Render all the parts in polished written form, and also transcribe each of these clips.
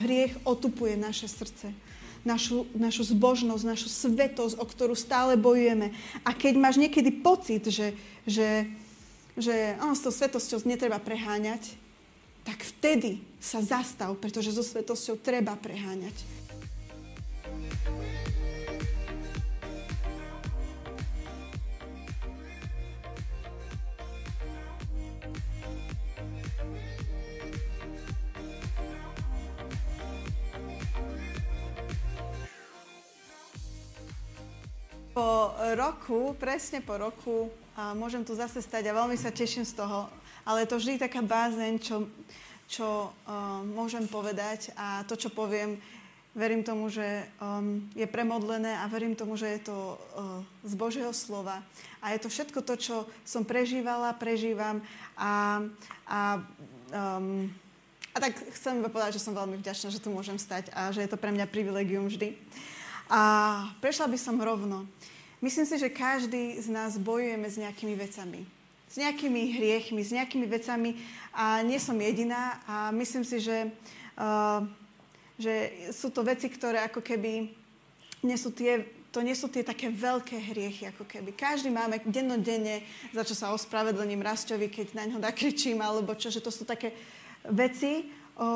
Hriech otupuje naše srdce, našu zbožnosť, našu svetosť, o ktorú stále bojujeme. A keď máš niekedy pocit, že s tou svetosťou netreba preháňať, tak vtedy sa zastav, pretože so svetosťou treba preháňať. Presne po roku, môžem tu zase stať a veľmi sa teším z toho, ale je to vždy taká bázeň, čo môžem povedať a to, čo poviem, verím tomu, že je premodlené a verím tomu, že je to z Božieho slova. A je to všetko to, čo som prežívam a tak chcem povedať, že som veľmi vďačná, že tu môžem stať a že je to pre mňa privilegium vždy. A prešla by som rovno. Myslím si, že každý z nás bojujeme s nejakými vecami. S nejakými hriechmi, s nejakými vecami a nie som jediná a myslím si, že sú to veci, ktoré ako keby nie sú tie také veľké hriechy, ako keby. Každý máme dennodenne, za čo sa ospravedlním Rasťovi, keď na ňo nakričím, alebo čo, že to sú také veci,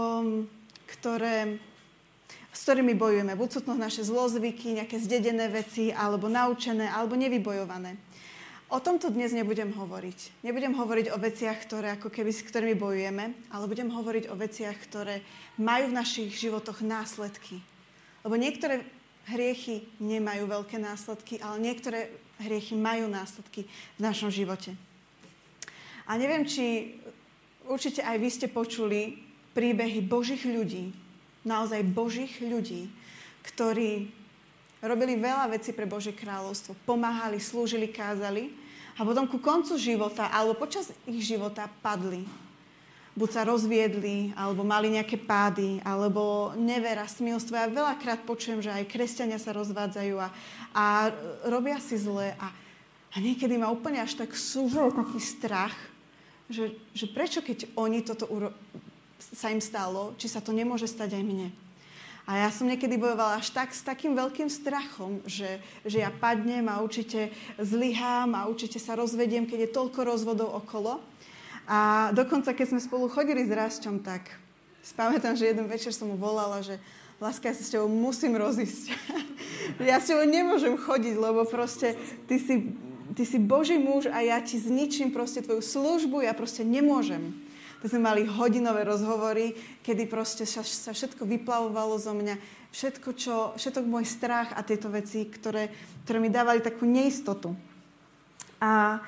s ktorými bojujeme. Buď sú to naše zlozvyky, nejaké zdedené veci, alebo naučené, alebo nevybojované. O tomto dnes nebudem hovoriť. Nebudem hovoriť o veciach, s ktorými bojujeme, ale budem hovoriť o veciach, ktoré majú v našich životoch následky. Lebo niektoré hriechy nemajú veľké následky, ale niektoré hriechy majú následky v našom živote. A neviem, či určite aj vy ste počuli príbehy Božích ľudí, naozaj Božích ľudí, ktorí robili veľa vecí pre Božie kráľovstvo, pomáhali, slúžili, kázali a potom ku koncu života alebo počas ich života padli. Buď sa rozviedli, alebo mali nejaké pády, alebo nevera, smilstvo. Ja veľakrát počujem, že aj kresťania sa rozvádzajú a robia si zle a niekedy ma úplne až tak súžil taký strach, že prečo keď oni toto sa im stalo, či sa to nemôže stať aj mne. A ja som niekedy bojovala až tak s takým veľkým strachom, že ja padnem a určite zlyhám a určite sa rozvediem, keď je toľko rozvodov okolo. A dokonca, keď sme spolu chodili s Rasťom, tak spamätám, že jeden večer som mu volala, že láska, ja sa s tebou musím rozísť. Ja s tebou nemôžem chodiť, lebo proste ty si Boží muž a ja ti zničím proste tvoju službu, ja proste nemôžem. Tak sme mali hodinové rozhovory, kedy proste sa všetko vyplavovalo zo mňa. Všetok môj strach a tieto veci, ktoré mi dávali takú neistotu. A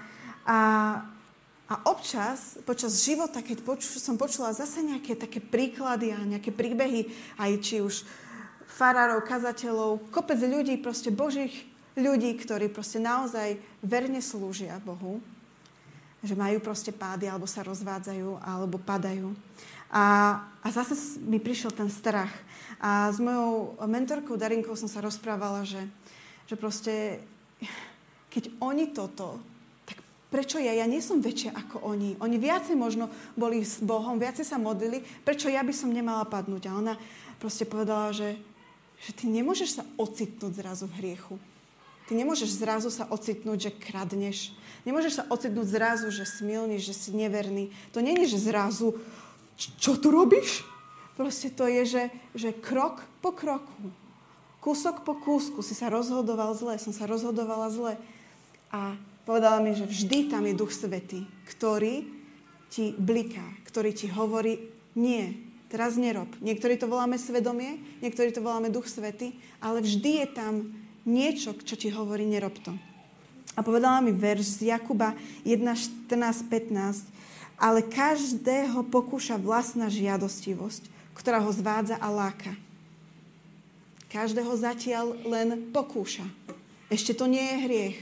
občas, počas života, keď som počula zase nejaké také príklady a nejaké príbehy, aj či už farárov, kazateľov, kopec ľudí, proste Božích ľudí, ktorí proste naozaj verne slúžia Bohu, že majú proste pády, alebo sa rozvádzajú, alebo padajú. A zase mi prišiel ten strach. A s mojou mentorkou Darinkou som sa rozprávala, že proste, keď oni toto, tak prečo ja? Ja nie som väčšia ako oni. Oni viacej možno boli s Bohom, viacej sa modlili, prečo ja by som nemala padnúť? A ona proste povedala, že ty nemôžeš sa ocitnúť zrazu v hriechu. Ty nemôžeš zrazu sa ocitnúť, že kradneš. Nemôžeš sa ocitnúť zrazu, že smilníš, že si neverný. To nie je, že zrazu, čo tu robíš? Proste to je, že krok po kroku, kúsok po kúsku si sa rozhodoval zle, som sa rozhodovala zle. A povedala mi, že vždy tam je Duch Svätý, ktorý ti bliká, ktorý ti hovorí, nie, teraz nerob. Niektorí to voláme svedomie, niektorí to voláme Duch Svätý, ale vždy je tam niečo, čo ti hovorí, nerob to. A povedala mi verš z Jakuba 1:14-15, ale každého pokúša vlastná žiadostivosť, ktorá ho zvádza a láka. Každého zatiaľ len pokúša. Ešte to nie je hriech.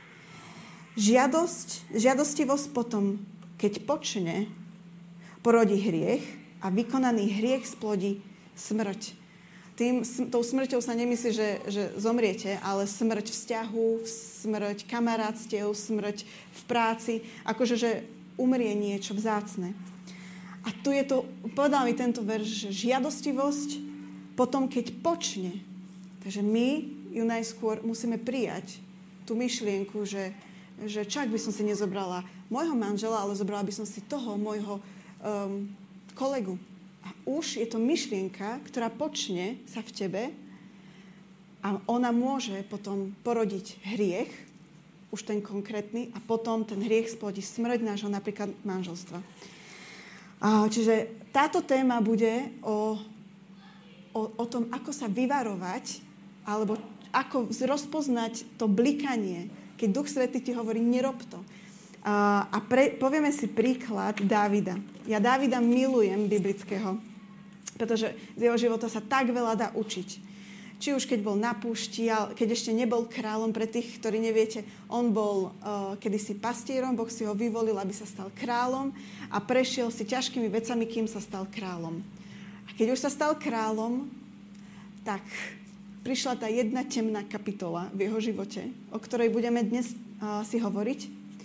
Žiadostivosť potom, keď počne, porodí hriech a vykonaný hriech splodí smrť. Tou smrťou sa nemyslí, že zomriete, ale smrť vzťahu, smrť kamarátstiev, smrť v práci, akože že umrie niečo vzácne. A tu je to, povedal mi tento verš, že žiadostivosť potom, keď počne, takže my ju najskôr musíme prijať, tú myšlienku, že čak by som si nezobrala môjho manžela, ale zobrala by som si toho môjho kolegu. A už je to myšlienka, ktorá počne sa v tebe a ona môže potom porodiť hriech, už ten konkrétny, a potom ten hriech splodí smrť nášho napríklad manželstva. Čiže táto téma bude o tom, ako sa vyvarovať, alebo ako rozpoznať to blikanie, keď Duch Svätý ti hovorí, nerob to. Povieme si príklad Dávida. Ja Dávida milujem biblického, pretože z jeho života sa tak veľa dá učiť. Či už keď bol na púšti, keď ešte nebol kráľom, pre tých, ktorí neviete, on bol kedysi pastierom, Boh si ho vyvolil, aby sa stal kráľom a prešiel si ťažkými vecami, kým sa stal kráľom. A keď už sa stal kráľom, tak prišla tá jedna temná kapitola v jeho živote, o ktorej budeme dnes si hovoriť.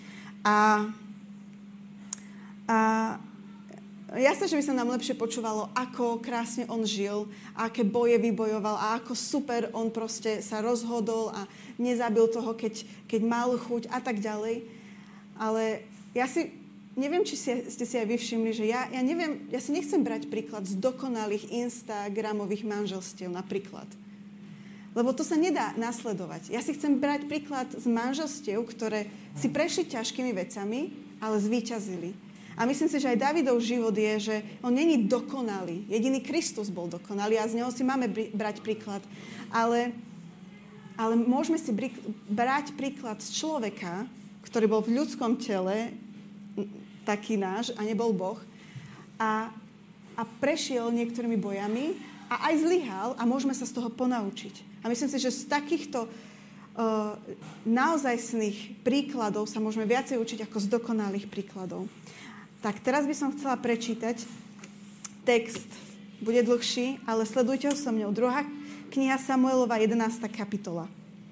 Jasné, že by sa nám lepšie počúvalo, ako krásne on žil, aké boje vybojoval a ako super on proste sa rozhodol a nezabil toho, keď mal chuť a tak ďalej. Ale neviem, či ste si aj vy všimli, že ja si nechcem brať príklad z dokonalých instagramových manželstiev napríklad. Lebo to sa nedá nasledovať. Ja si chcem brať príklad z manželstiev, ktoré si prešli ťažkými vecami, ale zvíťazili. A myslím si, že aj Dávidov život je, že on není dokonalý. Jediný Kristus bol dokonalý a z neho si máme brať príklad. Ale môžeme si brať príklad z človeka, ktorý bol v ľudskom tele, taký náš, a nebol Boh, a prešiel niektorými bojami a aj zlyhal a môžeme sa z toho ponaučiť. A myslím si, že z takýchto naozajstných príkladov sa môžeme viacej učiť ako z dokonalých príkladov. Tak teraz by som chcela prečítať text. Bude dlhší, ale sledujte ho so mňou. 2. kniha Samuelova, 11. kapitola.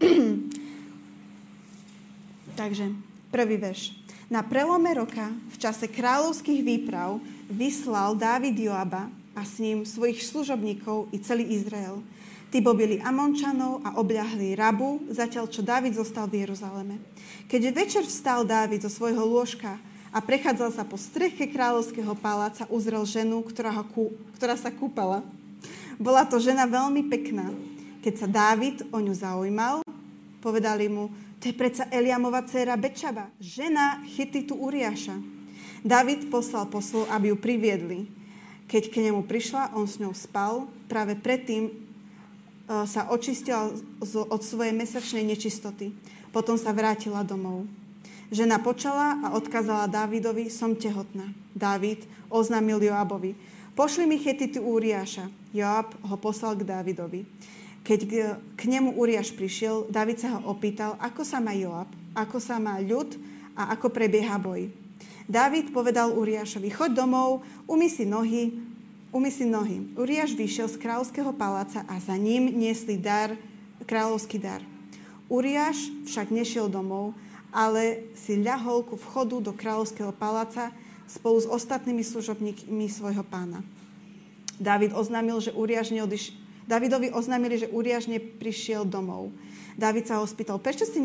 Takže, prvý verš. Na prelome roka, v čase kráľovských výprav, vyslal Dávid Joaba a s ním svojich služobníkov i celý Izrael. Tí pobili Amončanov a obľahli Rabu, zatiaľ čo Dávid zostal v Jeruzaleme. Keď večer vstal Dávid zo svojho lôžka a prechádzal sa po streche kráľovského paláca, uzrel ženu, ktorá sa kúpala. Bola to žena veľmi pekná. Keď sa Dávid o ňu zaujímal, povedali mu, to je predsa Eliamova dcéra Betšaba, žena Chititu Uriáša. Dávid poslal poslov, aby ju priviedli. Keď k nemu prišla, on s ňou spal. Práve predtým sa očistila od svojej mesačnej nečistoty. Potom sa vrátila domov. Žena počala a odkázala Dávidovi, som tehotná. Dávid oznámil Joabovi, pošli mi Chetitu Uriáša. Joab ho poslal k Dávidovi. Keď k nemu Uriáš prišiel, Dávid sa ho opýtal, ako sa má Joab, ako sa má ľud a ako prebieha boj. Dávid povedal Uriášovi, choď domov, umyj si nohy. Uriáš vyšiel z kráľovského paláca a za ním niesli kráľovský dar. Uriáš však nešiel domov, ale si ľahol ku vchodu do kráľovského paláca spolu s ostatnými služobníkmi svojho pána. Dávidovi oznámili, že Uriáš neprišiel domov. Dávid sa ho spýtal, prečo si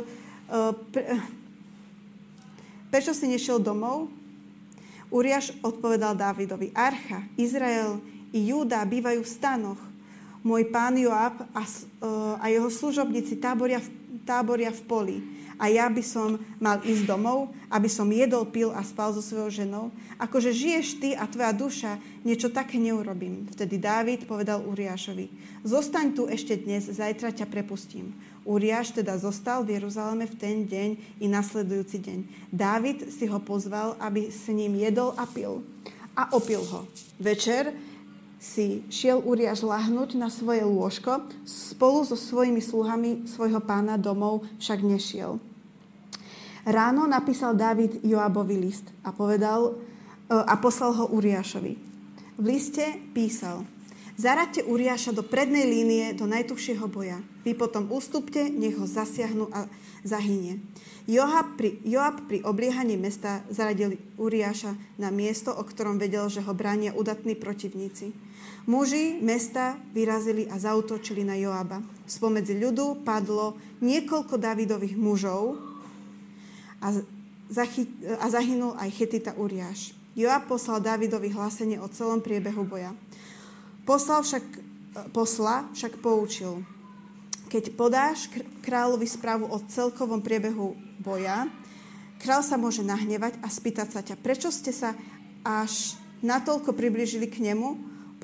nešiel domov? Uriáš odpovedal Dávidovi, Archa, Izrael i Júda bývajú v stanoch. Môj pán Joab a jeho služobníci táboria v poli. A ja by som mal ísť domov, aby som jedol, pil a spal so svojou ženou. Akože žiješ ty a tvoja duša, niečo také neurobím. Vtedy Dávid povedal Uriášovi, zostaň tu ešte dnes, zajtra ťa prepustím. Uriáš teda zostal v Jeruzaleme v ten deň i nasledujúci deň. Dávid si ho pozval, aby s ním jedol a pil. A opil ho. Večer si šiel Uriáš lahnúť na svoje lôžko, spolu so svojimi sluhami svojho pána domov však nešiel. Ráno napísal Dávid Joabovi list a poslal ho Uriášovi. V liste písal, Zaraďte Uriáša do prednej línie, do najtuchšieho boja. Vy potom ústupte, nech ho zasiahnu a zahynie. Joab pri obliehaní mesta zaradil Uriáša na miesto, o ktorom vedel, že ho bránia udatní protivníci. Muži mesta vyrazili a zaútočili na Joaba. Spomedzi ľudu padlo niekoľko Dávidových mužov a zahynul aj Chetita Uriáš. Joab poslal Dávidovi hlásenie o celom priebehu boja. Posla však poučil. Keď podáš kráľovi správu o celkovom priebehu boja, kráľ sa môže nahnevať a spýtať sa ťa, prečo ste sa až natoľko priblížili k nemu?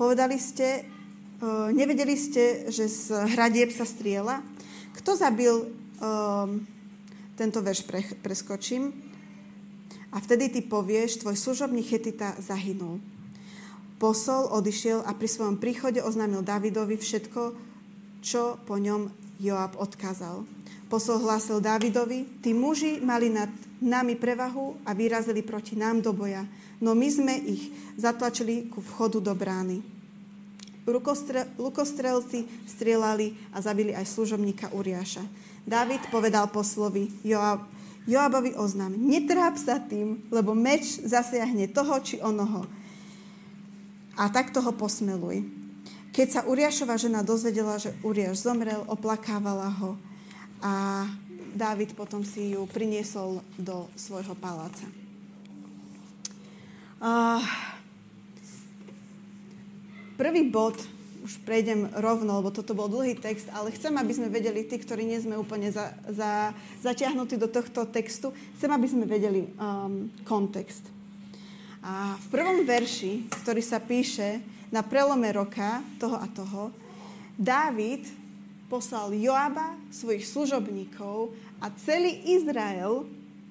Nevedeli ste, že z hradieb sa strieľa? Kto zabil, tento verš preskočím, a vtedy ty povieš, tvoj služobník Chetita zahynul. Posol odišiel a pri svojom príchode oznámil Dávidovi všetko, čo po ňom Joab odkázal. Posol hlásil Dávidovi, tí muži mali nad nami prevahu a vyrazili proti nám do boja, no my sme ich zatlačili ku vchodu do brány. Lukostrelci strieľali a zabili aj služobníka Uriáša. Dávid povedal poslovi Joabovi oznám, netráp sa tým, lebo meč zasiahne toho či onoho. A takto ho posmeluj. Keď sa Uriášova žena dozvedela, že Uriáš zomrel, oplakávala ho a Dávid potom si ju priniesol do svojho paláca. Prvý bod, už prejdem rovno, lebo toto bol dlhý text, ale chcem, aby sme vedeli, tí, ktorí nie sme úplne zatiahnutí do tohto textu, chcem, aby sme vedeli kontext. A v prvom verši, ktorý sa píše na prelome roka toho a toho, Dávid poslal Joaba, svojich služobníkov a celý Izrael,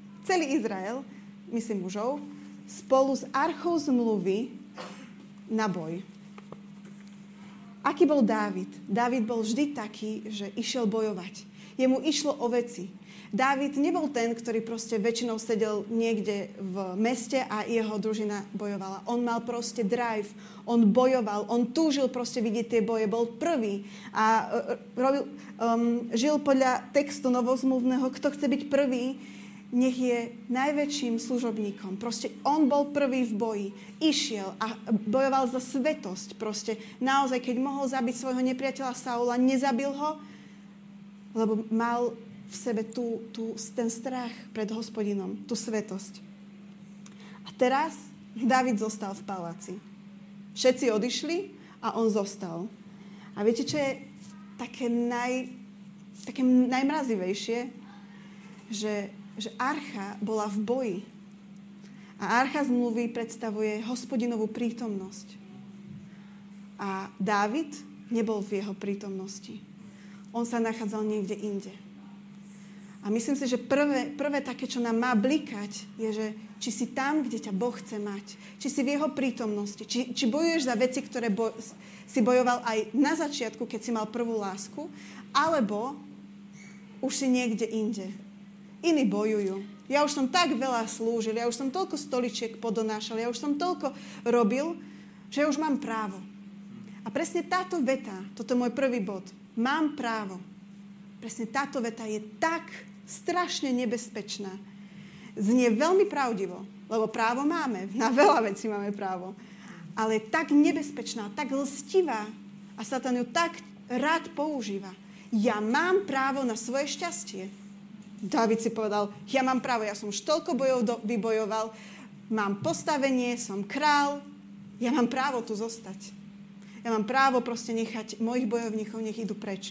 myslím mužov, spolu s archou zmluvy na boj. Aký bol Dávid? Dávid bol vždy taký, že išiel bojovať. Jemu išlo o veci. Dávid nebol ten, ktorý proste väčšinou sedel niekde v meste a jeho družina bojovala. On mal proste drive, on bojoval, on túžil proste vidieť tie boje, bol prvý a žil podľa textu novozmluvného, kto chce byť prvý, nech je najväčším služobníkom. Proste on bol prvý v boji, išiel a bojoval za svetosť. Proste naozaj, keď mohol zabiť svojho nepriateľa Saula, nezabil ho, lebo mal v sebe ten strach pred Hospodinom, tú svetosť. A teraz Dávid zostal v paláci. Všetci odišli a on zostal. A viete, čo je také najmrazivejšie? Že archa bola v boji. A archa zmluvy predstavuje Hospodinovú prítomnosť. A Dávid nebol v jeho prítomnosti. On sa nachádzal niekde inde. A myslím si, že prvé také, čo nám má blikať, je, že či si tam, kde ťa Boh chce mať. Či si v jeho prítomnosti. Či bojuješ za veci, ktoré si bojoval aj na začiatku, keď si mal prvú lásku, alebo už si niekde inde. Iní bojujú. Ja už som tak veľa slúžil, ja už som toľko stoličiek podonášal, ja už som toľko robil, že ja už mám právo. A presne táto veta, toto je môj prvý bod, mám právo. Presne táto veta je tak strašne nebezpečná. Znie veľmi pravdivo, lebo právo máme. Na veľa vecí máme právo. Ale je tak nebezpečná, tak lstivá a Satan ju tak rád používa. Ja mám právo na svoje šťastie. Dávid si povedal, ja mám právo, ja som už toľko bojov vybojoval, mám postavenie, som král, ja mám právo tu zostať. Ja mám právo proste nechať mojich bojovníkov, nech idú preč.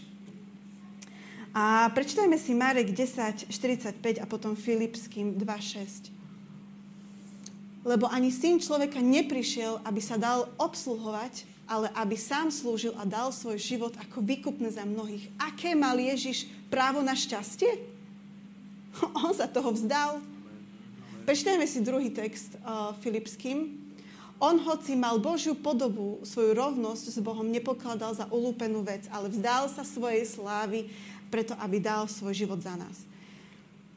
A prečítajme si Marek 10:45 a potom Filipským 2:6. Lebo ani Syn človeka neprišiel, aby sa dal obsluhovať, ale aby sám slúžil a dal svoj život ako výkupné za mnohých. Aké mal Ježiš právo na šťastie? On sa toho vzdal. Prečítajme si druhý text Filipským. On, hoci mal Božiu podobu, svoju rovnosť s Bohom nepokladal za ulúpenú vec, ale vzdal sa svojej slávy, preto aby dal svoj život za nás.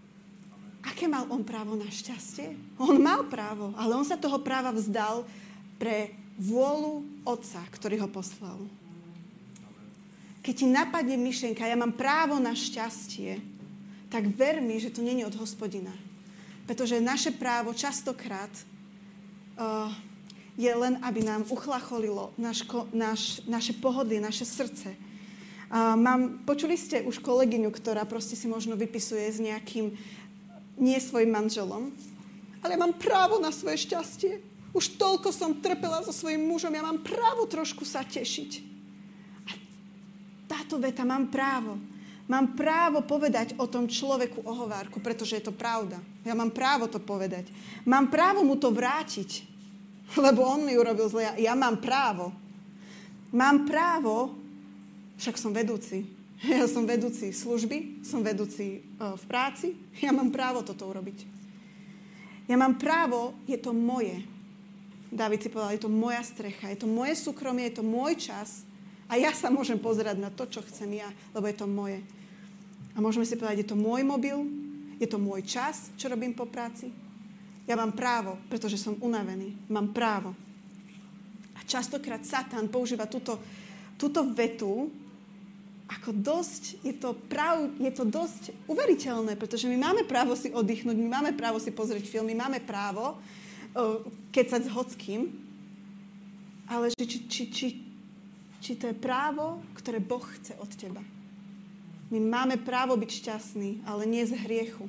Aké mal on právo na šťastie? On mal právo, ale on sa toho práva vzdal pre vôľu Otca, ktorý ho poslal. Keď ti napadne myšlienka, ja mám právo na šťastie, tak ver mi, že to nie je od Hospodina. Pretože naše právo častokrát je len, aby nám uchlacholilo naše pohodlie, naše srdce. Počuli ste už kolegyňu, ktorá proste si možno vypisuje s nejakým nie svojim manželom, ale ja mám právo na svoje šťastie. Už toľko som trpela so svojím mužom, ja mám právo trošku sa tešiť. A táto veta, mám právo. Mám právo povedať o tom človeku ohovárku, pretože je to pravda. Ja mám právo to povedať. Mám právo mu to vrátiť, lebo on mi urobil zle. Ja mám právo. Mám právo, však som vedúci. Ja som vedúci služby, som vedúci v práci. Ja mám právo toto urobiť. Ja mám právo, je to moje. Dávid si povedal, je to moja strecha, je to moje súkromie, je to môj čas a ja sa môžem pozerať na to, čo chcem ja, lebo je to moje. A môžeme si povedať, je to môj mobil, je to môj čas, čo robím po práci. Ja mám právo, pretože som unavený. Mám právo. A častokrát Satan používa túto vetu ako dosť, je to dosť uveriteľné, pretože my máme právo si oddychnúť, my máme právo si pozrieť film, my máme právo kecať s hockým, ale či to je právo, ktoré Boh chce od teba. My máme právo byť šťastní, ale nie z hriechu.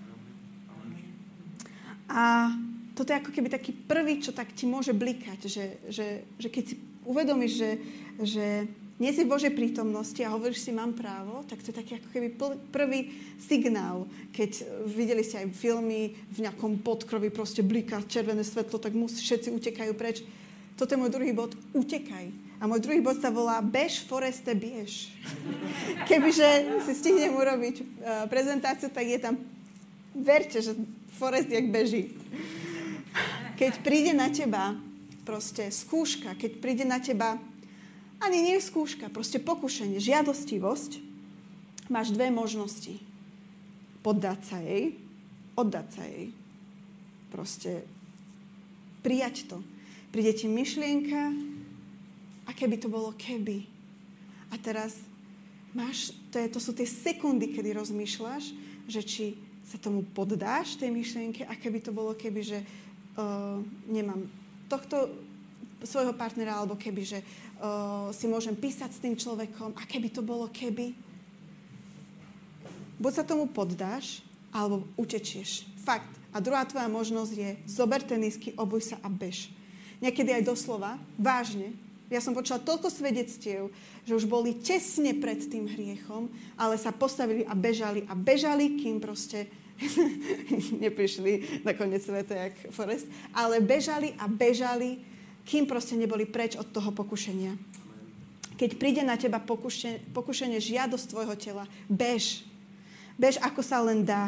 A toto je ako keby taký prvý, čo tak ti môže blikať, že keď si uvedomíš, že nie si v Božej prítomnosti a hovoríš si, mám právo, tak to je taký ako keby prvý signál. Keď videli ste aj filmy v nejakom podkroví, proste bliká červené svetlo, tak všetci utekajú preč. Toto je môj druhý bod, utekaj. A môj druhý bod sa volá bež, Foreste, biež. Kebyže si stihnem urobiť prezentáciu, tak je tam, verte, že Forest jak beží. Keď príde na teba proste skúška, keď príde na teba ani nie je skúška, proste pokušenie, žiadostivosť, máš dve možnosti. Poddať sa jej, oddať sa jej. Proste prijať to. Príde ti myšlienka, a keby to bolo keby. A teraz to sú tie sekundy, kedy rozmýšľaš, že či sa tomu poddáš, tej myšlienke, a keby to bolo keby, že nemám tohto svojho partnera, alebo keby, že si môžem písať s tým človekom, a keby to bolo keby. Buď sa tomu poddáš, alebo utečieš. Fakt. A druhá tvoja možnosť je, zober tenisky, obuj sa a bež. Niekedy aj doslova, vážne. Ja som počula toľko svedectiev, že už boli tesne pred tým hriechom, ale sa postavili a bežali, kým proste neprišli na koniec sveta, jak Forest, ale bežali, kým proste neboli preč od toho pokušenia. Keď príde na teba pokušenie, žiadosť tvojho tela, bež. Bež, ako sa len dá.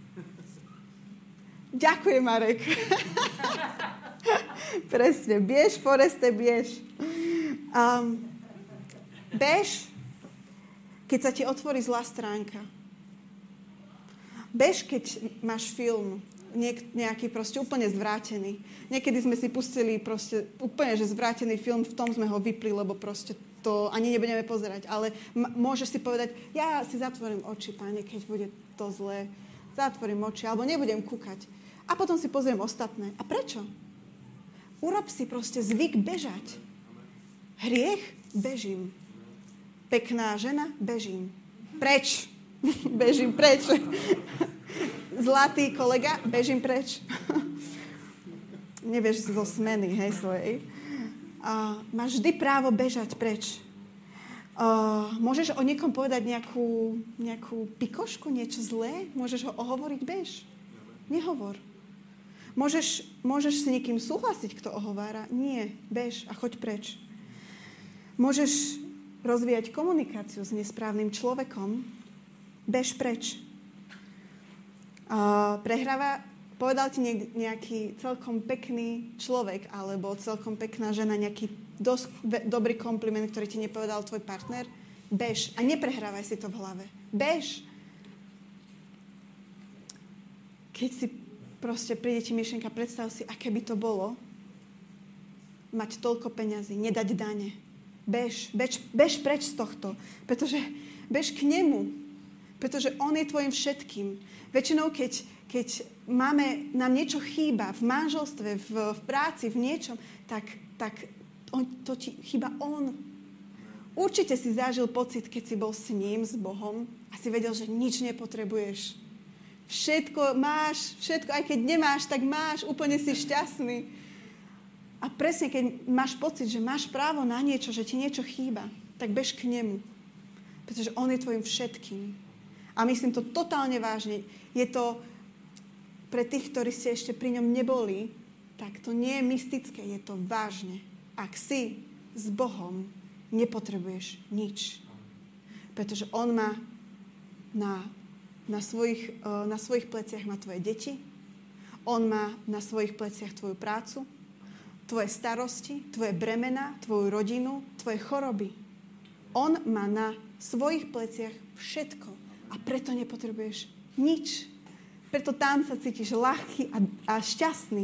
Ďakujem, Marek. Presne, biež, Foreste, biež. Bež, keď sa ti otvorí zlá stránka. Bež, keď máš film, nejaký proste úplne zvrátený. Niekedy sme si pustili proste úplne, že zvrátený film, v tom sme ho vypli, lebo proste to ani nebudeme pozerať. Ale môžeš si povedať, ja si zatvorím oči, Pane, keď bude to zlé. Zatvorím oči, alebo nebudem kúkať. A potom si pozriem ostatné. A prečo? Urob si proste zvyk bežať. Hriech? Bežím. Pekná žena? Bežím. Preč. Bežím preč. Zlatý kolega? Bežím preč. Nevieš zo smeny, hej, svojej. Máš vždy právo bežať preč. Môžeš o niekom povedať nejakú pikošku, niečo zlé? Môžeš ho ohovoriť? Bež. Nehovor. Môžeš s niekým súhlasiť, kto ohovára? Nie. Bež a choď preč. Môžeš rozvíjať komunikáciu s nesprávnym človekom? Bež preč. Povedal ti nejaký celkom pekný človek alebo celkom pekná žena nejaký dosť dobrý kompliment, ktorý ti nepovedal tvoj partner? Bež. A neprehrávaj si to v hlave. Bež. Keď si proste príde ti myšlienka, predstav si, aké by to bolo, mať toľko peňazí, nedať dane. Bež preč z tohto, pretože bež k nemu, pretože on je tvojim všetkým. Väčšinou, keď nám niečo chýba v manželstve, v práci, v niečom, tak to ti chýba on. Určite si zažil pocit, keď si bol s ním, s Bohom a si vedel, že nič nepotrebuješ. Všetko máš, aj keď nemáš, tak máš, úplne si šťastný. A presne, keď máš pocit, že máš právo na niečo, že ti niečo chýba, tak bež k nemu. Pretože on je tvojim všetkým. A myslím to totálne vážne. Je to pre tých, ktorí ste ešte pri ňom neboli, tak to nie je mystické, je to vážne. Ak si s Bohom, nepotrebuješ nič. Pretože on má na svojich pleciach má tvoje deti, on má na svojich pleciach tvoju prácu, tvoje starosti, tvoje bremena, tvoju rodinu, tvoje choroby. On má na svojich pleciach všetko a preto nepotrebuješ nič. Preto tam sa cítiš ľahký a šťastný.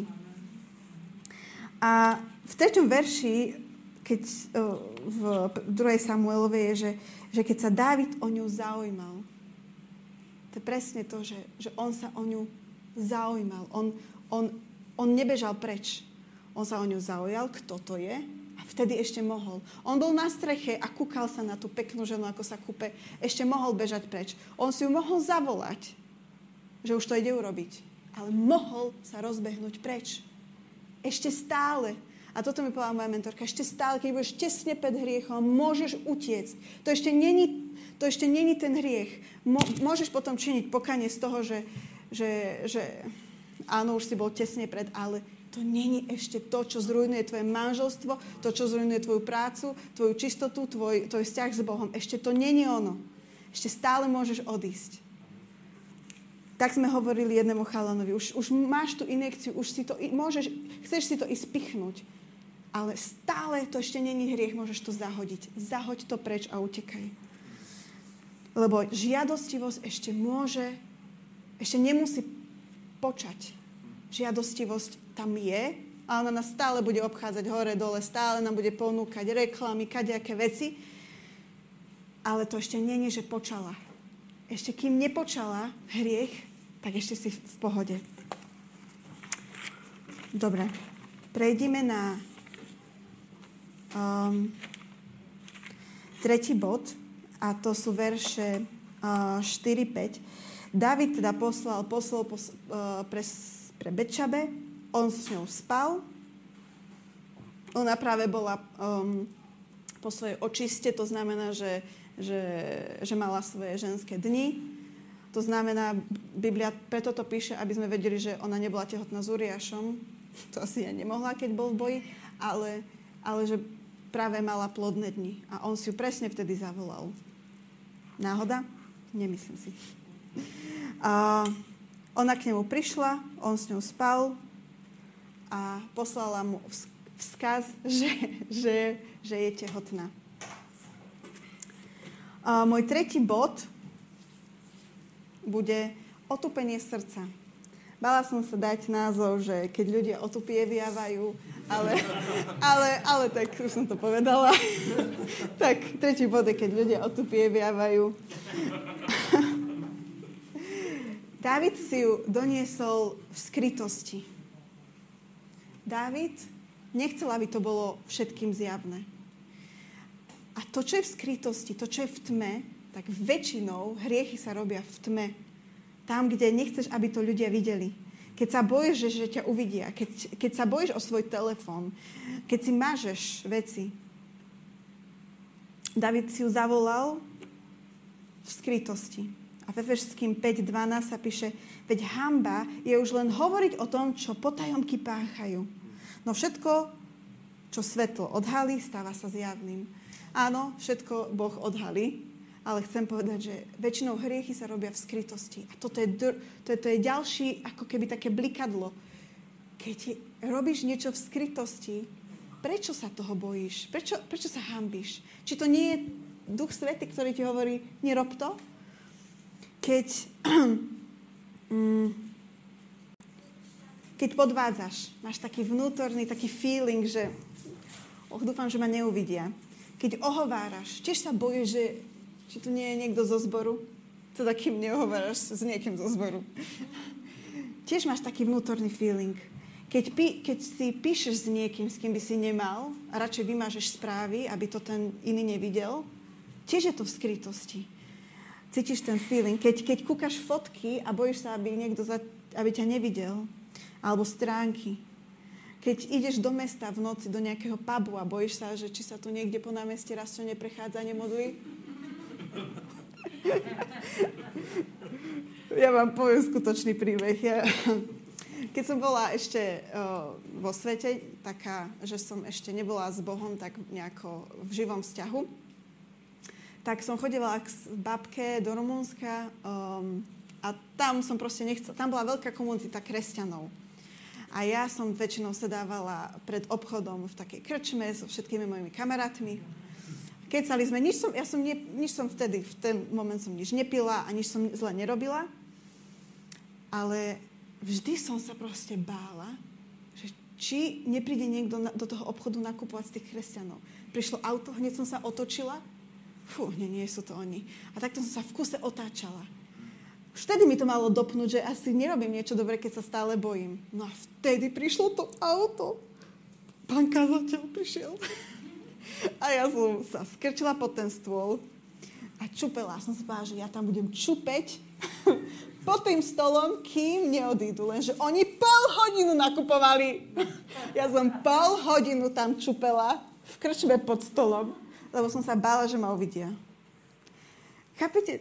A v 3. verši, keď v 2. Samuelovej je, že keď sa Dávid o ňu zaujímal, to je presne to, že on sa o ňu zaujímal. On nebežal preč. On sa o ňu zaujal, kto to je, a vtedy ešte mohol. On bol na streche a kúkal sa na tú peknú ženu, ako sa kúpe. Ešte mohol bežať preč. On si ju mohol zavolať, že už to ide urobiť. Ale mohol sa rozbehnúť preč. Ešte stále. A toto mi povedala moja mentorka. Ešte stále, keď budeš tesne pred hriechom, môžeš utiecť. To ešte není ten hriech. Môžeš potom činiť pokanie z toho, že áno, už si bol tesne pred, ale to není ešte to, čo zrujnuje tvoje manželstvo, to, čo zrujnuje tvoju prácu, tvoju čistotu, tvoj vzťah s Bohom. Ešte to není ono. Ešte stále môžeš odísť. Tak sme hovorili jednému chalanovi. Už máš tú injekciu, už si to môžeš, chceš si to ísť pichnúť. Ale stále to ešte není hriech, môžeš to zahodiť. Zahoď to preč a utekaj. Lebo žiadostivosť ešte nemusí počať. Žiadostivosť tam je a ona nás stále bude obchádzať hore, dole, stále nám bude ponúkať reklamy, kadejaké veci. Ale to ešte není, že počala. Ešte kým nepočala hriech, tak ešte si v pohode. Dobre. Prejdime na 3. bod a to sú verše 4-5. David teda poslal pre Betšabe, on s ňou spal. Ona práve bola po svojej očiste, to znamená, že mala svoje ženské dni. To znamená, Biblia preto to píše, aby sme vedeli, že ona nebola tehotná s Uriášom. To asi ja nemohla, keď bol v boji, ale že práve mala plodné dni. A on si ju presne vtedy zavolal. Náhoda? Nemyslím si. Ona k nemu prišla, on s ňou spal a poslala mu vzkaz, že je tehotná. Môj 3. bod bude otupenie srdca. Bala som sa dať názov, že keď ľudia otupieviavajú, ale tak už som to povedala. Tak 3. bod je, keď ľudia otupieviavajú. Dávid si ju doniesol v skrytosti. Dávid nechcel, aby to bolo všetkým zjavné. A to, čo je v skrytosti, to, čo je v tme, tak väčšinou hriechy sa robia v tme. Tam, kde nechceš, aby to ľudia videli. Keď sa bojíš, že ťa uvidia, keď sa bojíš o svoj telefón, keď si mážeš veci. David si ju zavolal v skrytosti. A v Efeským 5.12 sa píše, veď hanba je už len hovoriť o tom, čo potajomky páchajú. No všetko, čo svetlo odhalí, stáva sa zjavným. Áno, všetko Boh odhalí, ale chcem povedať, že väčšinou hriechy sa robia v skrytosti. A toto je ďalší, ako keby také blikadlo. Keď robíš niečo v skrytosti, prečo sa toho bojíš? Prečo sa hanbíš? Či to nie je Duch Svätý, ktorý ti hovorí, nerob to? Keď podvádzaš, máš taký vnútorný, taký feeling, že dúfam, že ma neuvidia. Keď ohováraš, tiež sa bojíš, že či tu nie je niekto zo zboru? Teda kým neohováraš s niekým zo zboru. Tiež máš taký vnútorný feeling. Keď si píšeš s niekým, s kým by si nemal, a radšej vymážeš správy, aby to ten iný nevidel, tiež je to v skrytosti. Cítiš ten feeling. Keď kúkaš fotky a bojíš sa, aby aby ťa nevidel, alebo stránky. Keď ideš do mesta v noci, do nejakého pubu a bojíš sa, že či sa tu niekde po námestí raz čo neprechádza a nemodlí. Ja vám poviem skutočný príbeh. Keď som bola ešte vo svete, taká, že som ešte nebola s Bohom tak nejako v živom vzťahu, tak som chodila k babke do Rumunska a tam som proste nechcela. Tam bola veľká komunita kresťanov. A ja som väčšinou sedávala pred obchodom v takej krčme so všetkými mojimi kamarátmi. Kecali sme, nič som vtedy, v ten moment som nič nepila a nič som zle nerobila. Ale vždy som sa proste bála, že či nepríde niekto do toho obchodu nakupovať z tých kresťanov. Prišlo auto, hneď som sa otočila. Nie sú to oni. A takto som sa v kuse otáčala. Vtedy mi to malo dopnúť, že asi nerobím niečo dobré, keď sa stále bojím. No a vtedy prišlo to auto. Pán kazateľ prišiel. A ja som sa skrčila pod ten stôl a čupela. Som sa povedala, že ja tam budem čupeť pod tým stolom, kým neodídu. Lenže oni pol hodinu nakupovali. Ja som pol hodinu tam čupela v krčme pod stolom, lebo som sa bála, že ma uvidia. Chápete,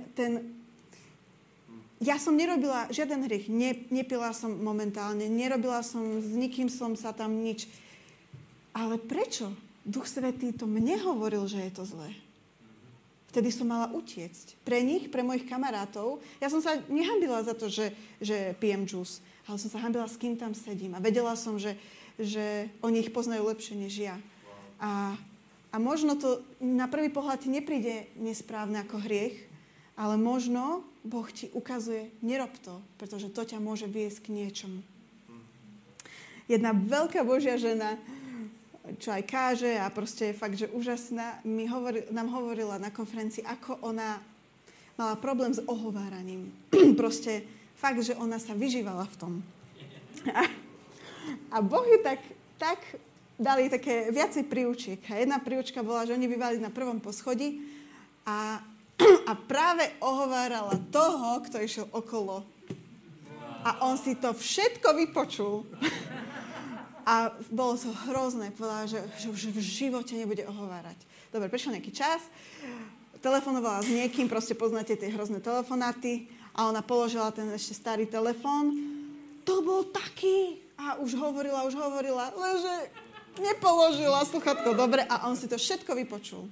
ja som nerobila žiaden hriech, nepila som momentálne, nerobila som, s nikým som sa tam nič. Ale prečo? Duch Svätý to mne hovoril, že je to zlé. Vtedy som mala utiecť. Pre nich, pre mojich kamarátov, ja som sa nehambila za to, že pijem džús, ale som sa hambila, s kým tam sedím. A vedela som, že oni ich poznajú lepšie než ja. A možno to na prvý pohľad ti nepríde nesprávne ako hriech, ale možno Boh ti ukazuje, nerob to, pretože to ťa môže viesť k niečomu. Jedna veľká Božia žena, čo aj káže a proste je fakt, že úžasná, nám hovorila na konferencii, ako ona mala problém s ohováraním. Proste fakt, že ona sa vyžívala v tom. A Boh ju tak dali také viacej príučiek. A jedna príučka bola, že oni bývali na prvom poschodí a práve ohovárala toho, kto išiel okolo. A on si to všetko vypočul. A bolo to hrozné. Povedala, že už v živote nebude ohovárať. Dobre, prišiel nejaký čas, telefonovala s niekým, proste poznáte tie hrozné telefonáty a ona položila ten ešte starý telefón. To bol taký. A už hovorila, lenže nepoložila sluchátko dobre a on si to všetko vypočul.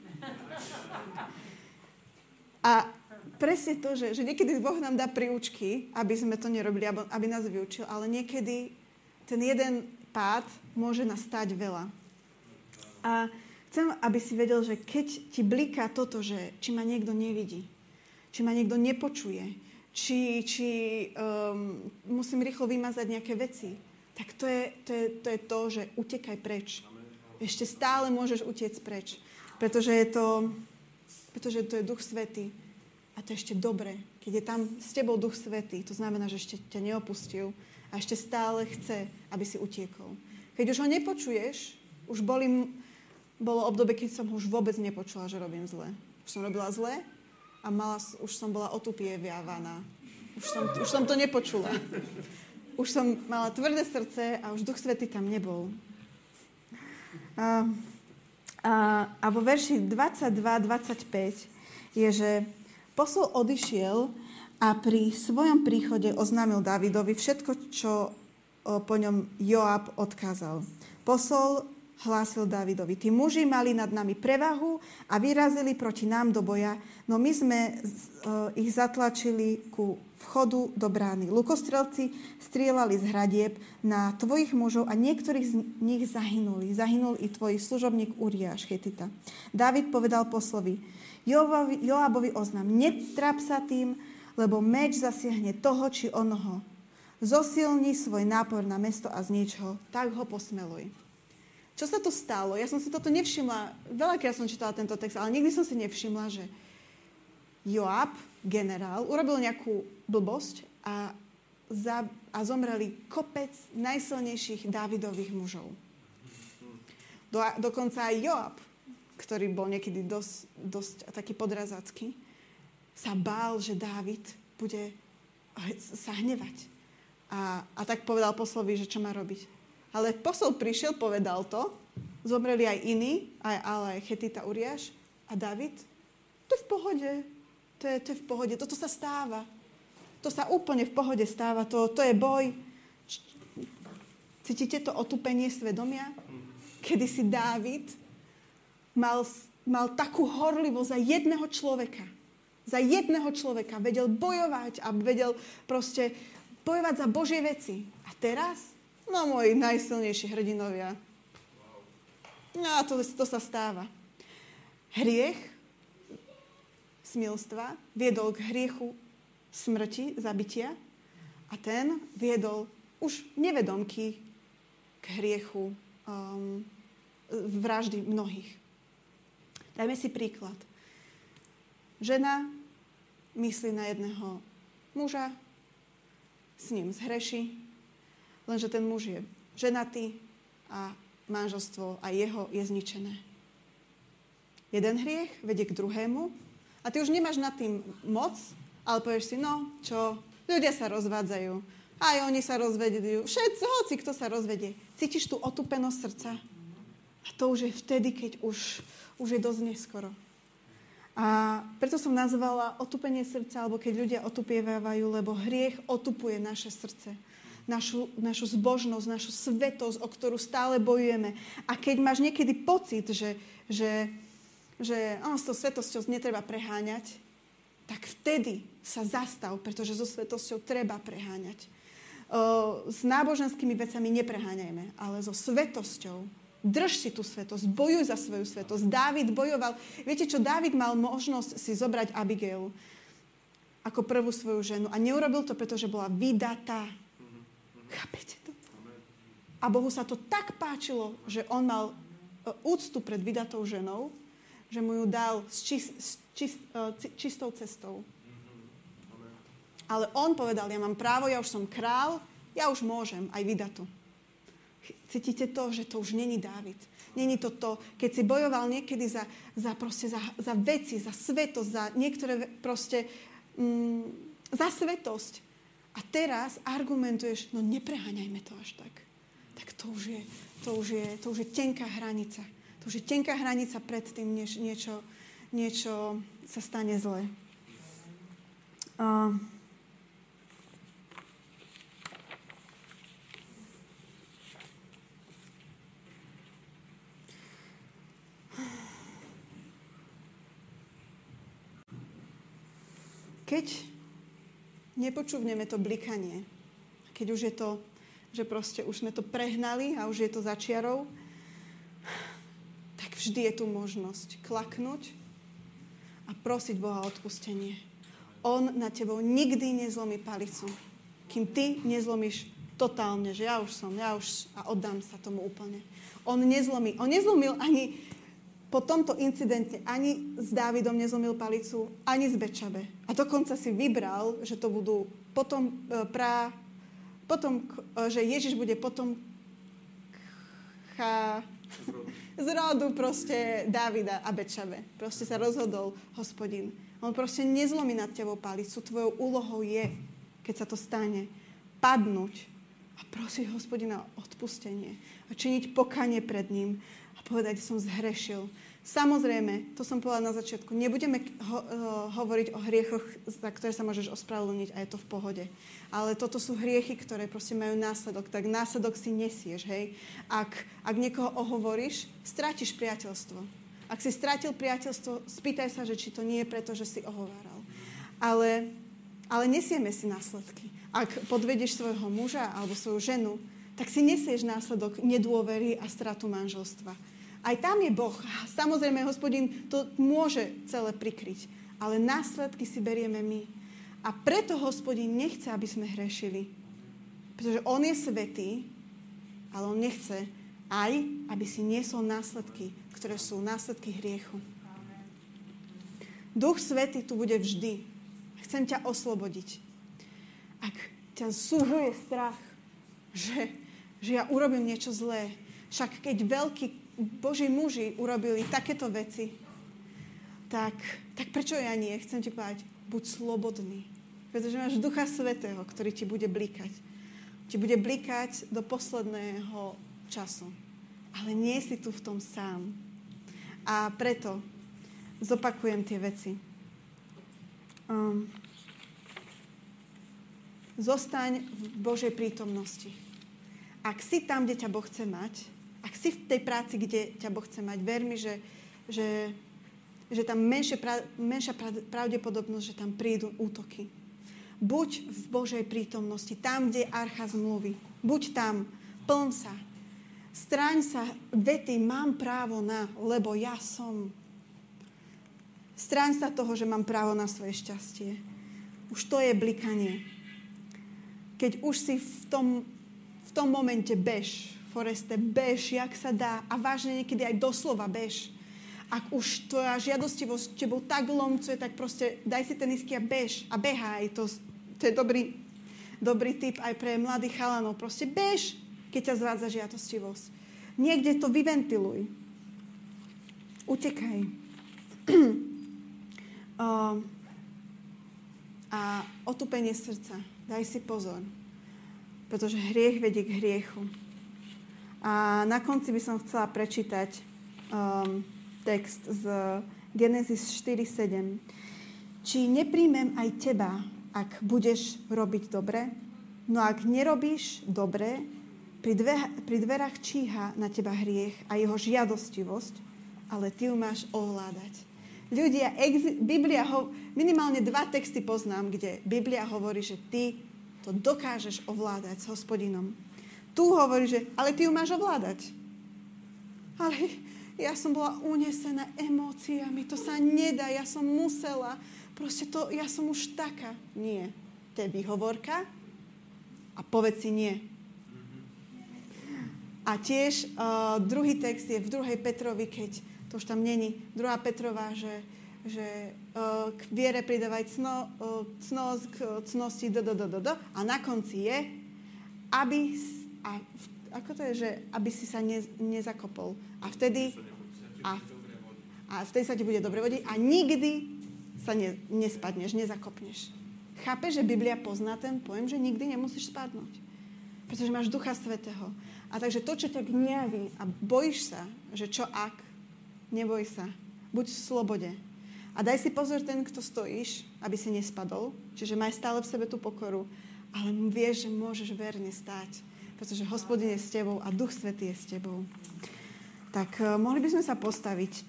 A presne to, že niekedy Boh nám dá príučky, aby sme to nerobili, aby nás vyučil, ale niekedy ten jeden pád môže nás stáť veľa. A chcem, aby si vedel, že keď ti bliká toto, že či ma niekto nevidí, či ma niekto nepočuje, či musím rýchlo vymazať nejaké veci, tak to je to, že utekaj preč. Ešte stále môžeš utiecť preč, pretože to je Duch Svätý. A to je ešte dobre. Keď je tam s tebou Duch Svätý, to znamená, že ešte ťa neopustil a ešte stále chce, aby si utiekol. Keď už ho nepočuješ, už bolo obdobie, keď som ho už vôbec nepočula, že robím zle. Už som robila zle a už som bola otupieviavaná. Už som to nepočula. Už som mala tvrdé srdce a už Duch Svätý tam nebol. A vo verši 22-25 je, že posol odišiel a pri svojom príchode oznámil Dávidovi všetko, čo po ňom Joab odkázal. Posol hlásil Dávidovi: tí muži mali nad nami prevahu a vyrazili proti nám do boja, no my sme ich zatlačili ku vchodu do brány. Lukostrelci strieľali z hradieb na tvojich mužov a niektorí z nich zahynuli. Zahynul i tvoj služobník Uriáš Chetita. Dávid povedal poslovi Joabovi oznam: netráp sa tým, lebo meč zasiahne toho či onoho. Zosilni svoj nápor na mesto a znič ho, tak ho posmeluj. Čo sa tu stalo? Ja som si toto nevšimla, veľakrát som čítala tento text, ale nikdy som si nevšimla, že Joab, generál, urobil nejakú blbosť a zomreli kopec najsilnejších Dávidových mužov. Dokonca aj Joab, ktorý bol niekedy dosť taký podrazacký, sa bál, že Dávid bude sa hnevať. A tak povedal poslovi, že čo má robiť. Ale posol prišiel, povedal to, zomreli aj iní, ale aj Chetita Uriáš a Dávid. To je v pohode. To je v pohode. Toto sa stáva. To sa úplne v pohode stáva. To je boj. Cítite to otupenie svedomia? Kedy si Dávid mal takú horlivosť za jedného človeka. Za jedného človeka. Vedel bojovať a vedel proste bojovať za Božie veci. A teraz? No, moji najsilnejší hrdinovia. No, to sa stáva. Hriech smilstva viedol k hriechu smrti, zabitia a ten viedol už nevedomky k hriechu vraždy mnohých. Dajme si príklad. Žena myslí na jedného muža, s ním zhreší, lenže ten muž je ženatý a manželstvo a jeho je zničené. Jeden hriech vedie k druhému a ty už nemáš nad tým moc, ale povieš si, no čo, ľudia sa rozvádzajú, aj oni sa rozvedujú, všetci, hoci kto sa rozvedie. Cítiš tú otupenosť srdca a to už je vtedy, keď už je dosť neskoro. A preto som nazvala otupenie srdca, alebo keď ľudia otupievajú, lebo hriech otupuje naše srdce. Našu zbožnosť, našu svetosť, o ktorú stále bojujeme. A keď máš niekedy pocit, že s tou svetosťou netreba preháňať, tak vtedy sa zastav, pretože so svetosťou treba preháňať. S náboženskými vecami nepreháňajme, ale so svetosťou. Drž si tú svetosť, bojuj za svoju svetosť. Dávid bojoval. Viete čo, Dávid mal možnosť si zobrať Abigail ako prvú svoju ženu a neurobil to, pretože bola vydatá. Chápete to? A Bohu sa to tak páčilo, že on mal úctu pred vydatou ženou, že mu ju dal s čistou cestou. Ale on povedal, ja mám právo, ja už som král, ja už môžem aj vydatú. Cítite to, že to už není Dávid. Není to, keď si bojoval niekedy za veci, za svetosť, za niektoré proste, za svetosť. A teraz argumentuješ, no nepreháňajme to až tak. Tak to už je tenká hranica. To už je tenká hranica pred tým, než niečo sa stane zle. Keď nepočúvneme to blikanie, keď už je to, že proste už sme to prehnali a už je to za čiarou, tak vždy je tu možnosť klaknúť a prosiť Boha o odpustenie. On na tebou nikdy nezlomí palicu, kým ty nezlomíš totálne, že ja už a oddám sa tomu úplne. On nezlomil ani po tomto incidente ani s Dávidom nezlomil palicu, ani z Betšabe. A dokonca si vybral, že to budú potom že Ježiš bude potom z rodu proste Dávida a Betšabe. Proste sa rozhodol Hospodin. On proste nezlomí nad tebou palicu. Tvojou úlohou je, keď sa to stane, padnúť a prosiť Hospodina o odpustenie a činiť pokánie pred ním a povedať, že som zhrešil. Samozrejme, to som povedala na začiatku, nebudeme hovoriť o hriechoch, za ktoré sa môžeš ospravedlniť a je to v pohode. Ale toto sú hriechy, ktoré proste majú následok. Tak následok si nesieš, hej. Ak niekoho ohovoríš, strátiš priateľstvo. Ak si strátil priateľstvo, spýtaj sa, že či to nie je preto, že si ohováral. Ale nesieme si následky. Ak podvedieš svojho muža alebo svoju ženu, tak si nesieš následok nedôvery a stratu manželstva. Aj tam je Boh. Samozrejme, Hospodin to môže celé prikryť. Ale následky si berieme my. A preto Hospodin nechce, aby sme hrešili. Pretože on je svätý, ale on nechce, Aj, aby si niesol následky, ktoré sú následky hriechu. Duch Svätý tu bude vždy. Chcem ťa oslobodiť. Ak ťa súžuje strach, že ja urobím niečo zlé, však keď veľkí Boží muži urobili takéto veci, tak prečo ja nie? Chcem ti povedať, buď slobodný. Pretože máš Ducha Svätého, ktorý ti bude blikať. Ti bude blikať do posledného času. Ale nie si tu v tom sám. A preto zopakujem tie veci. Zostaň v Božej prítomnosti. Ak si tam, kde ťa Boh chce mať, ak si v tej práci, kde ťa Boh chce mať, ver mi, že tam menšia pravdepodobnosť, že tam prídu útoky. Buď v Božej prítomnosti, tam, kde je archa zmluvy. Buď tam, plň sa. Stráň sa vety, mám právo na, lebo ja som. Stráň sa toho, že mám právo na svoje šťastie. Už to je blikanie. Keď už si v tom momente bež, Foreste, bež, jak sa dá. A vážne niekedy aj doslova bež. Ak už tvoja žiadostivosť tebou tak lomcuje, tak proste daj si tenisky a bež. A behaj. To je dobrý tip aj pre mladých chalanov. Proste bež, keď ťa zvádza žiadostivosť. Niekde to vyventiluj. Utekaj. A otupenie srdca. Daj si pozor. Pretože hriech vedie k hriechu. A na konci by som chcela prečítať text z Genesis 4:7. Či nepríjmem aj teba, ak budeš robiť dobre? No ak nerobíš dobre, pri dverách číha na teba hriech a jeho žiadostivosť, ale ty ju máš ovládať. Ľudia, Biblia minimálne 2 texty poznám, kde Biblia hovorí, že ty to dokážeš ovládať s Hospodinom. Tu hovorí, že ale ty ju máš ovládať. Ale ja som bola unesená emóciami, to sa nedá, ja som musela, proste to, ja som už taká. Nie, to je výhovorka a povedz si nie. A tiež druhý text je v 2. Petrovi, keď to už tam není, 2. Petrova, že k viere pridávaj cnosť, k cnosti a na konci je, ako to je, že aby si sa nezakopol. A vtedy sa ti bude dobre vodiť a nikdy sa nespadneš, nezakopneš. Chápeš, že Biblia pozná ten pojem, že nikdy nemusíš spadnúť. Pretože máš Ducha Svätého. A takže to, čo ťa gniaví a bojíš sa, že čo ak, neboj sa. Buď v slobode. A daj si pozor ten, kto stojíš, aby si nespadol. Čiže maj stále v sebe tú pokoru. Ale vieš, že môžeš verne stáť. Pretože Hospodin je s tebou a Duch Svätý je s tebou. Tak mohli by sme sa postaviť.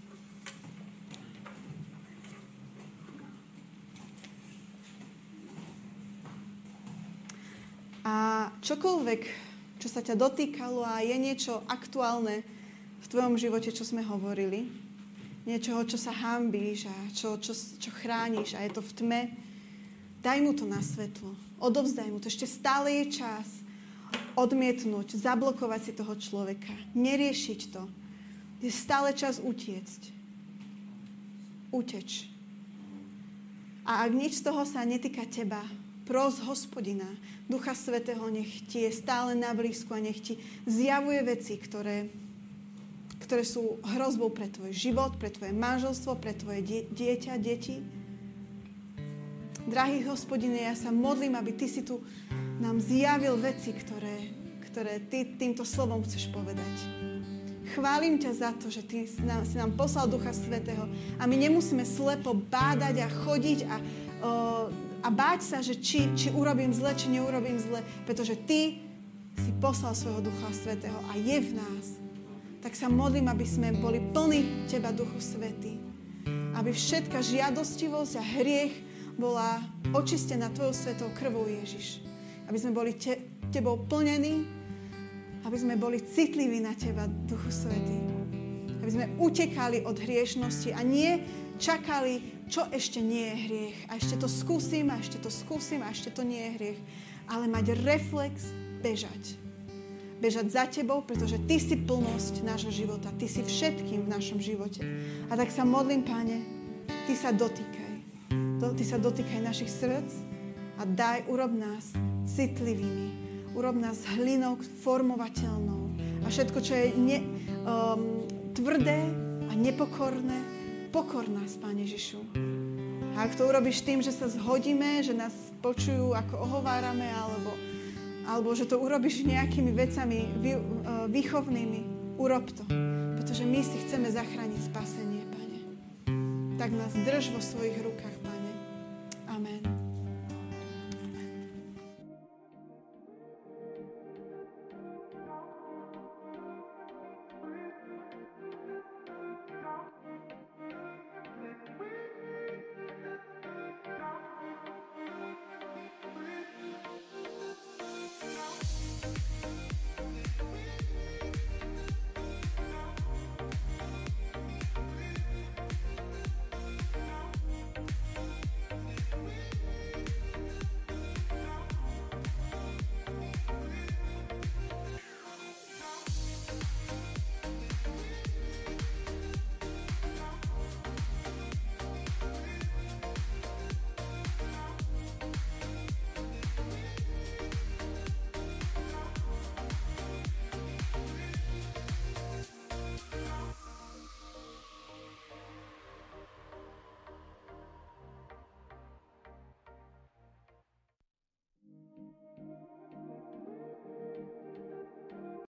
A čokoľvek, čo sa ťa dotýkalo a je niečo aktuálne v tvojom živote, čo sme hovorili, niečoho, čo sa hanbíš a čo chrániš a je to v tme, daj mu to na svetlo. Odovzdaj mu to. Ešte stále je čas odmietnúť, zablokovať si toho človeka. Neriešiť to. Je stále čas utiecť. Uteč. A ak nič z toho sa netýka teba, pros Hospodina, Ducha Svätého, nech ti je stále na blízku a nech ti zjavuje veci, ktoré sú hrozbou pre tvoj život, pre tvoje manželstvo, pre tvoje dieťa, deti. Drahý Hospodine, ja sa modlím, aby ty si tu nám zjavil veci, ktoré ty týmto slovom chceš povedať. Chválim ťa za to, že ty si nám poslal Ducha Svätého a my nemusíme slepo bádať a chodiť a báť sa, že či urobím zle, či neurobím zle, pretože ty si poslal svojho Ducha Svätého a je v nás. Tak sa modlím, aby sme boli plní teba, Duchu Svätý. Aby všetká žiadostivosť a hriech bola očistená tvojou svetou krvou, Ježiš. Aby sme boli tebou plnení, aby sme boli citliví na teba, Duchu Svätý. Aby sme utekali od hriešnosti a nie čakali, čo ešte nie je hriech. A ešte to skúsim, a ešte to nie je hriech. Ale mať reflex bežať. bežať za tebou, pretože ty si plnosť nášho života. Ty si všetkým v našom živote. A tak sa modlím, Pane, ty sa dotýkaj. Ty sa dotýkaj našich srdc a urob nás citlivými. Urob nás hlinou formovateľnou. A všetko, čo je tvrdé a nepokorné, pokor nás, Pane Ježišu. A ak to urobíš tým, že sa zhodíme, že nás počujú, ako ohovárame, alebo že to urobíš nejakými vecami výchovnými, urob to. Pretože my si chceme zachrániť spasenie, Pane. Tak nás drž vo svojich rukách.